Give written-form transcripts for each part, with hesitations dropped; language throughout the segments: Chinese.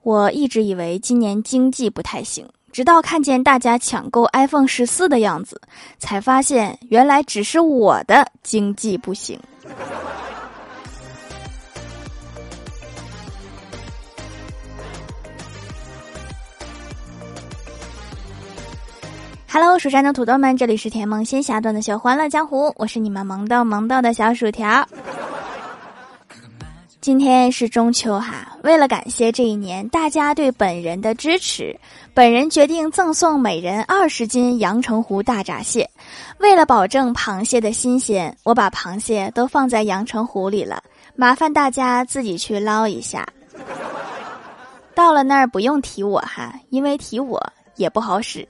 我一直以为今年经济不太行，直到看见大家抢购 iPhone 14的样子，才发现原来只是我的经济不行。Hello， 蜀山的土豆们，这里是甜萌仙侠段的小欢乐江湖，我是你们萌豆的小薯条。今天是中秋哈，为了感谢这一年大家对本人的支持，本人决定赠送每人20斤阳澄湖大闸蟹。为了保证螃蟹的新鲜，我把螃蟹都放在阳澄湖里了，麻烦大家自己去捞一下。到了那儿不用提我哈，因为提我也不好使。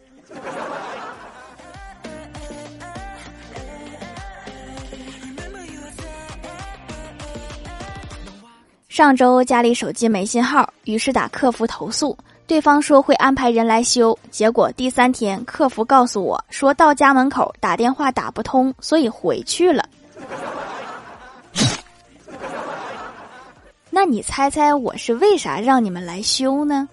上周家里手机没信号，于是打客服投诉，对方说会安排人来修，结果第3天客服告诉我说到家门口打电话打不通，所以回去了。那你猜猜我是为啥让你们来修呢？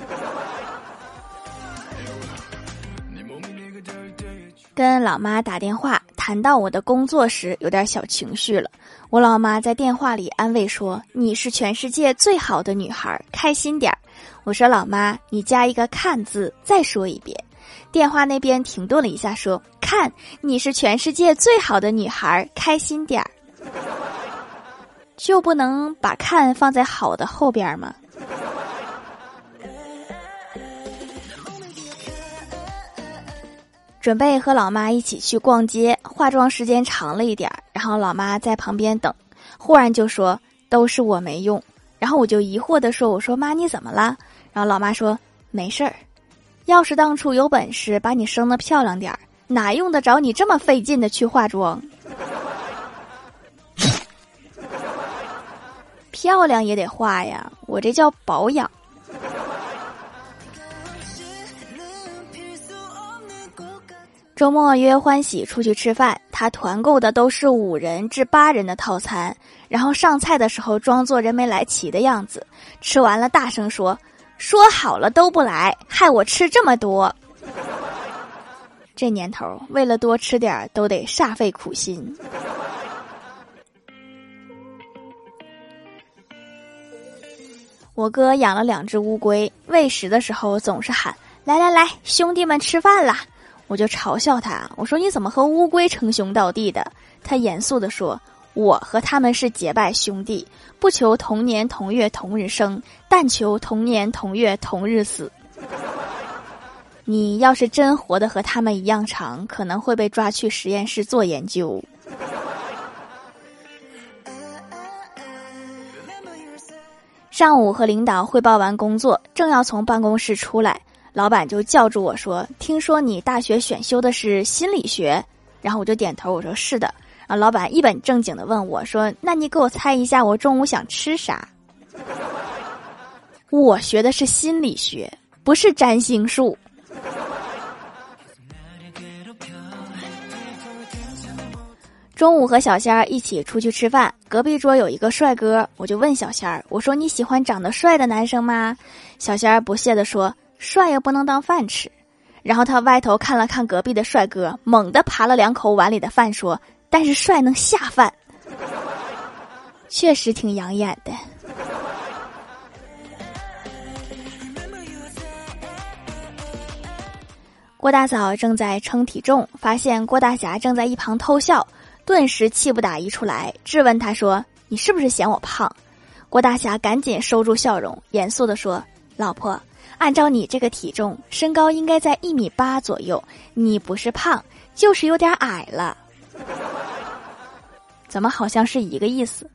跟老妈打电话谈到我的工作时有点小情绪了，我老妈在电话里安慰说，你是全世界最好的女孩，开心点儿。我说老妈，你加一个看字，再说一遍。电话那边停顿了一下说，看，你是全世界最好的女孩，开心点儿。就不能把看放在好的后边吗？准备和老妈一起去逛街，化妆时间长了一点，然后老妈在旁边等，忽然就说都是我没用，然后我就疑惑地说，我说妈你怎么了？然后老妈说没事儿，要是当初有本事把你生得漂亮点，哪用得着你这么费劲的去化妆？漂亮也得化呀，我这叫保养。周末约欢喜出去吃饭，他团购的都是5人至8人的套餐，然后上菜的时候装作人没来齐的样子，吃完了大声说好了都不来，害我吃这么多。这年头为了多吃点都得煞费苦心。我哥养了2只乌龟，喂食的时候总是喊来来来，兄弟们吃饭啦。我就嘲笑他，我说你怎么和乌龟称兄道弟的？他严肃地说，我和他们是结拜兄弟，不求同年同月同日生，但求同年同月同日死。你要是真活得和他们一样长，可能会被抓去实验室做研究。上午和领导汇报完工作，正要从办公室出来，老板就叫住我说，听说你大学选修的是心理学？然后我就点头，我说是的。然后老板一本正经地问我说，那你给我猜一下我中午想吃啥？我学的是心理学，不是占星术。中午和小仙儿一起出去吃饭，隔壁桌有一个帅哥，我就问小仙儿，我说你喜欢长得帅的男生吗？小仙儿不屑地说，帅也不能当饭吃。然后他歪头看了看隔壁的帅哥，猛地扒了2口碗里的饭说，但是帅能下饭。确实挺养眼的。郭大嫂正在称体重，发现郭大侠正在一旁偷笑，顿时气不打一处来，质问他说，你是不是嫌我胖？郭大侠赶紧收住笑容，严肃地说，老婆，按照你这个体重，身高应该在1.8米左右，你不是胖，就是有点矮了。怎么好像是一个意思？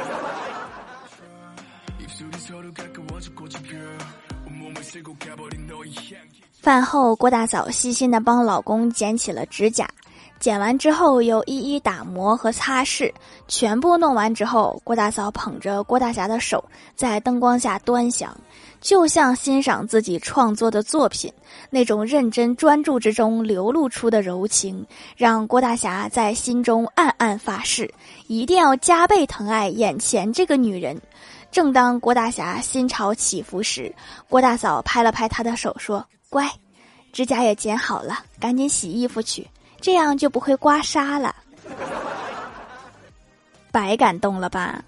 饭后，郭大嫂细心地帮老公剪起了指甲，剪完之后又一一打磨和擦拭，全部弄完之后，郭大嫂捧着郭大侠的手在灯光下端详，就像欣赏自己创作的作品，那种认真专注之中流露出的柔情，让郭大侠在心中暗暗发誓，一定要加倍疼爱眼前这个女人。 正当郭大侠心潮起伏时，郭大嫂拍了拍他的手说：“乖，指甲也剪好了，赶紧洗衣服去，这样就不会刮痧了。”白感动了吧？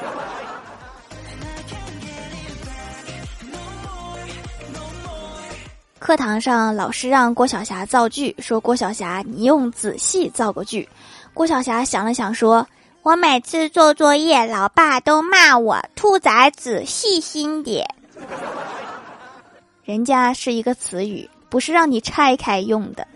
课堂上，老师让郭晓霞造句，说：“郭晓霞，你用仔细造个句。”郭晓霞想了想说：“我每次做作业，老爸都骂我兔崽子，细心点。”人家是一个词语，不是让你拆开用的。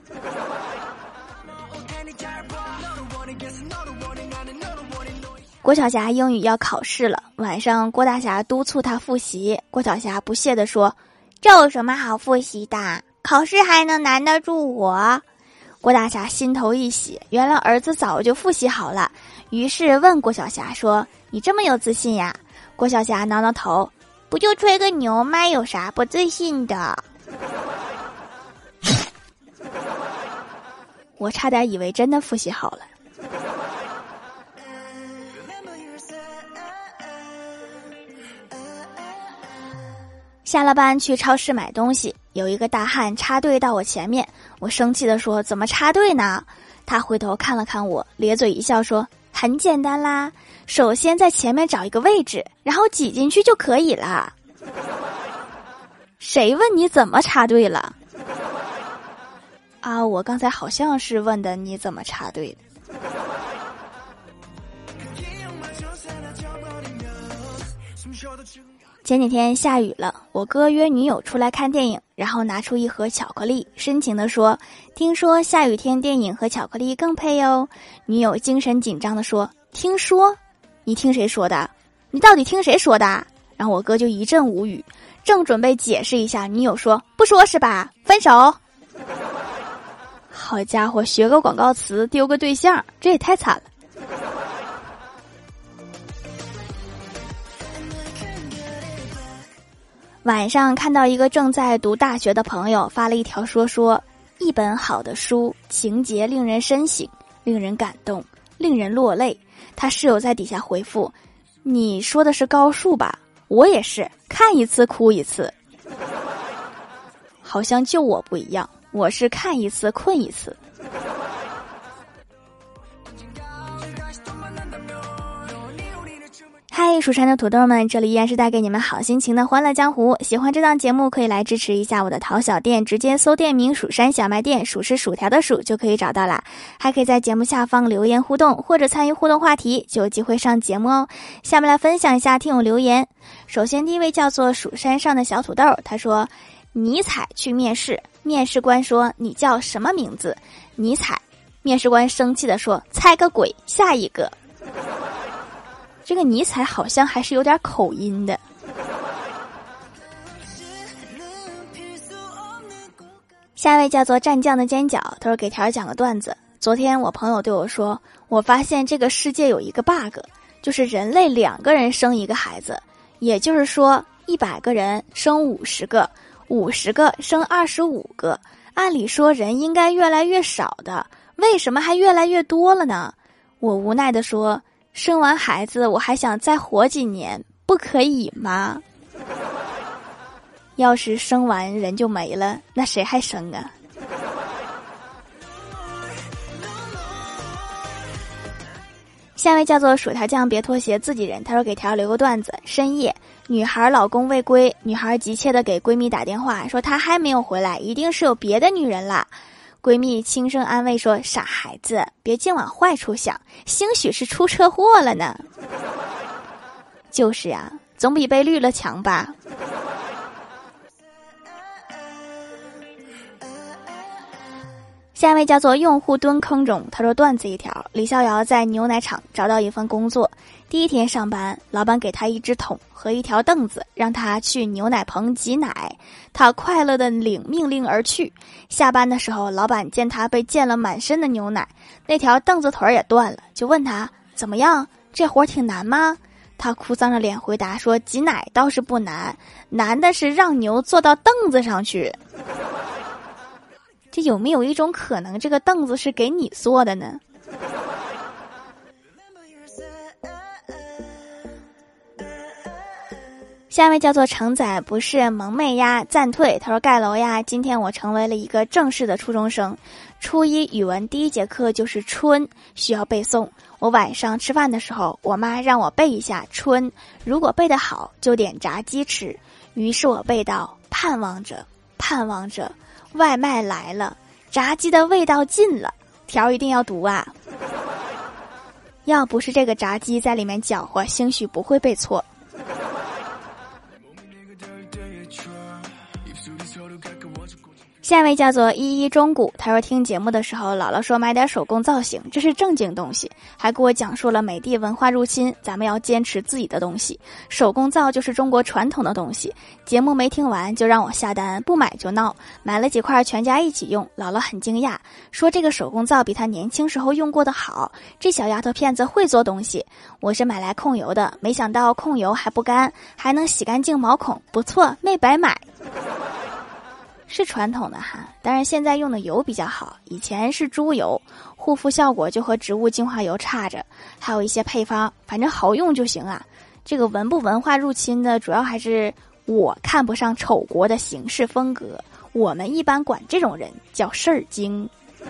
郭晓霞英语要考试了，晚上郭大侠督促她复习，郭晓霞不屑地说：“这有什么好复习的？考试还能难得住我？”郭大侠心头一喜，原来儿子早就复习好了，于是问郭晓霞说：“你这么有自信呀？”郭晓霞挠挠头：“不就吹个牛吗？有啥不自信的？”我差点以为真的复习好了。下了班去超市买东西，有一个大汉插队到我前面，我生气地说：“怎么插队呢？”他回头看了看我，咧嘴一笑说：“很简单啦，首先在前面找一个位置，然后挤进去就可以了。”谁问你怎么插队了？啊，我刚才好像是问的你怎么插队的。前几天下雨了，我哥约女友出来看电影，然后拿出一盒巧克力，深情地说：“听说下雨天电影和巧克力更配哦。”女友精神紧张地说：“听说？你听谁说的？你到底听谁说的？”然后我哥就一阵无语，正准备解释一下，女友说：“不说是吧？分手。”好家伙，学个广告词丢个对象，这也太惨了。晚上看到一个正在读大学的朋友发了一条说一本好的书，情节令人深省，令人感动，令人落泪。他室友在底下回复：“你说的是高数吧？我也是，看一次哭一次。”好像就我不一样，我是看一次困一次。嗨，蜀山的土豆们，这里依然是带给你们好心情的欢乐江湖。喜欢这档节目可以来支持一下我的淘小店，直接搜店名蜀山小卖店，蜀是薯条的蜀就可以找到啦。还可以在节目下方留言互动，或者参与互动话题，就有机会上节目哦。下面来分享一下听友留言。首先第一位叫做蜀山上的小土豆，他说：尼采去面试，面试官说你叫什么名字？尼采。面试官生气地说：猜个鬼，下一个。这个尼采好像还是有点口音的。下一位叫做蘸酱的尖角，他说给条讲个段子。昨天我朋友对我说，我发现这个世界有一个 bug， 就是人类2个人生一个孩子，也就是说100个人生50个，50个生25个，按理说人应该越来越少的，为什么还越来越多了呢？我无奈地说，生完孩子我还想再活几年，不可以吗？要是生完人就没了，那谁还生啊？下位叫做薯条酱别拖鞋自己人，他说给条留个段子。深夜女孩老公未归，女孩急切地给闺蜜打电话说他还没有回来，一定是有别的女人啦。闺蜜轻声安慰说，傻孩子，别净往坏处想，兴许是出车祸了呢。就是呀，总比被绿了强吧。下一位叫做用户蹲坑中，他说段子一条，李逍遥在牛奶厂找到一份工作，第一天上班，老板给他一只桶和一条凳子，让他去牛奶棚挤奶，他快乐地领命令而去。下班的时候，老板见他被溅了满身的牛奶，那条凳子腿也断了，就问他怎么样，这活挺难吗？他哭丧着脸回答说，挤奶倒是不难，难的是让牛坐到凳子上去。这有没有一种可能，这个凳子是给你坐的呢？ 下一位叫做承载不是萌妹呀，暂退。他说盖楼呀，今天我成为了一个正式的初中生，初一语文第一节课就是春，需要背诵。我晚上吃饭的时候，我妈让我背一下春，如果背得好就点炸鸡吃。于是我背到盼望着盼望着，外卖来了，炸鸡的味道进了，条一定要读啊。要不是这个炸鸡在里面搅和，兴许不会背错。下一位叫做依依中谷，他说听节目的时候，姥姥说买点手工造型，这是正经东西，还给我讲述了美帝文化入侵，咱们要坚持自己的东西，手工皂就是中国传统的东西。节目没听完就让我下单，不买就闹，买了几块全家一起用。姥姥很惊讶，说这个手工皂比她年轻时候用过的好，这小丫头片子会做东西。我是买来控油的，没想到控油还不干，还能洗干净毛孔，不错，没白买。是传统的哈，当然现在用的油比较好，以前是猪油，护肤效果就和植物精华油差着，还有一些配方，反正好用就行啊。这个文不文化入侵的，主要还是我看不上丑国的行事风格，我们一般管这种人叫事儿精。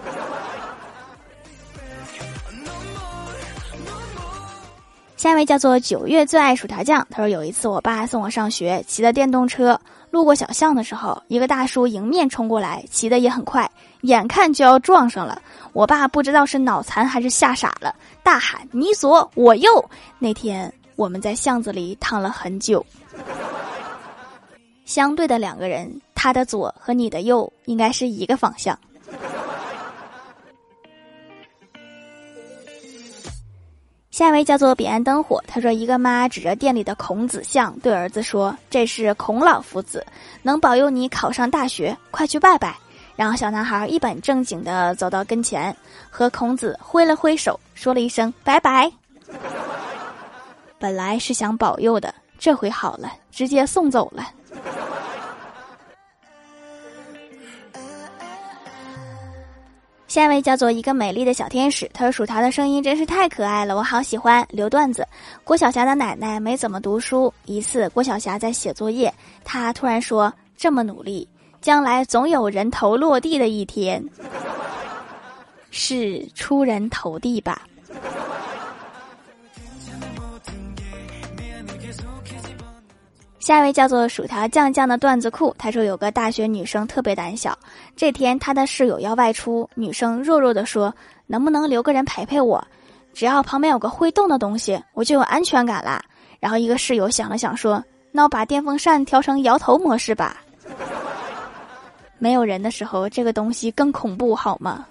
下一位叫做9月最爱薯条酱，他说有一次我爸送我上学，骑的电动车，路过小巷的时候，一个大叔迎面冲过来，骑得也很快，眼看就要撞上了。我爸不知道是脑残还是吓傻了，大喊你左我右。那天我们在巷子里躺了很久。相对的两个人，他的左和你的右应该是一个方向。下一位叫做彼岸灯火，他说一个妈指着店里的孔子像对儿子说，这是孔老夫子，能保佑你考上大学，快去拜拜。然后小男孩一本正经地走到跟前，和孔子挥了挥手，说了一声拜拜。本来是想保佑的，这回好了，直接送走了。下一位叫做一个美丽的小天使，他说薯条的声音真是太可爱了，我好喜欢。留段子，郭晓霞的奶奶没怎么读书，一次郭晓霞在写作业，她突然说，这么努力，将来总有人头落地的一天。是出人头地吧。下一位叫做薯条酱酱的段子库，他说有个大学女生特别胆小，这天她的室友要外出，女生弱弱地说，能不能留个人陪陪我，只要旁边有个会动的东西我就有安全感啦。然后一个室友想了想说，那我把电风扇调成摇头模式吧。没有人的时候这个东西更恐怖好吗？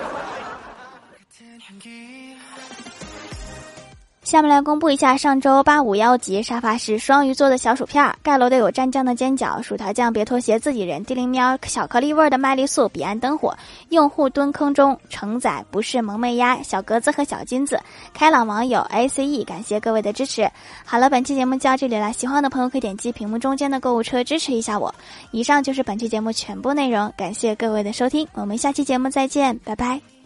下面来公布一下上周851集沙发是双鱼座的小薯片，盖楼的有蘸酱的煎饺，薯条酱别拖鞋自己人，地灵喵巧克力味的麦丽素，彼岸灯火，用户蹲坑中，承载不是萌妹鸭，小格子和小金子，开朗网友 ACE， 感谢各位的支持。好了，本期节目就到这里了，喜欢的朋友可以点击屏幕中间的购物车支持一下我。以上就是本期节目全部内容，感谢各位的收听，我们下期节目再见，拜拜。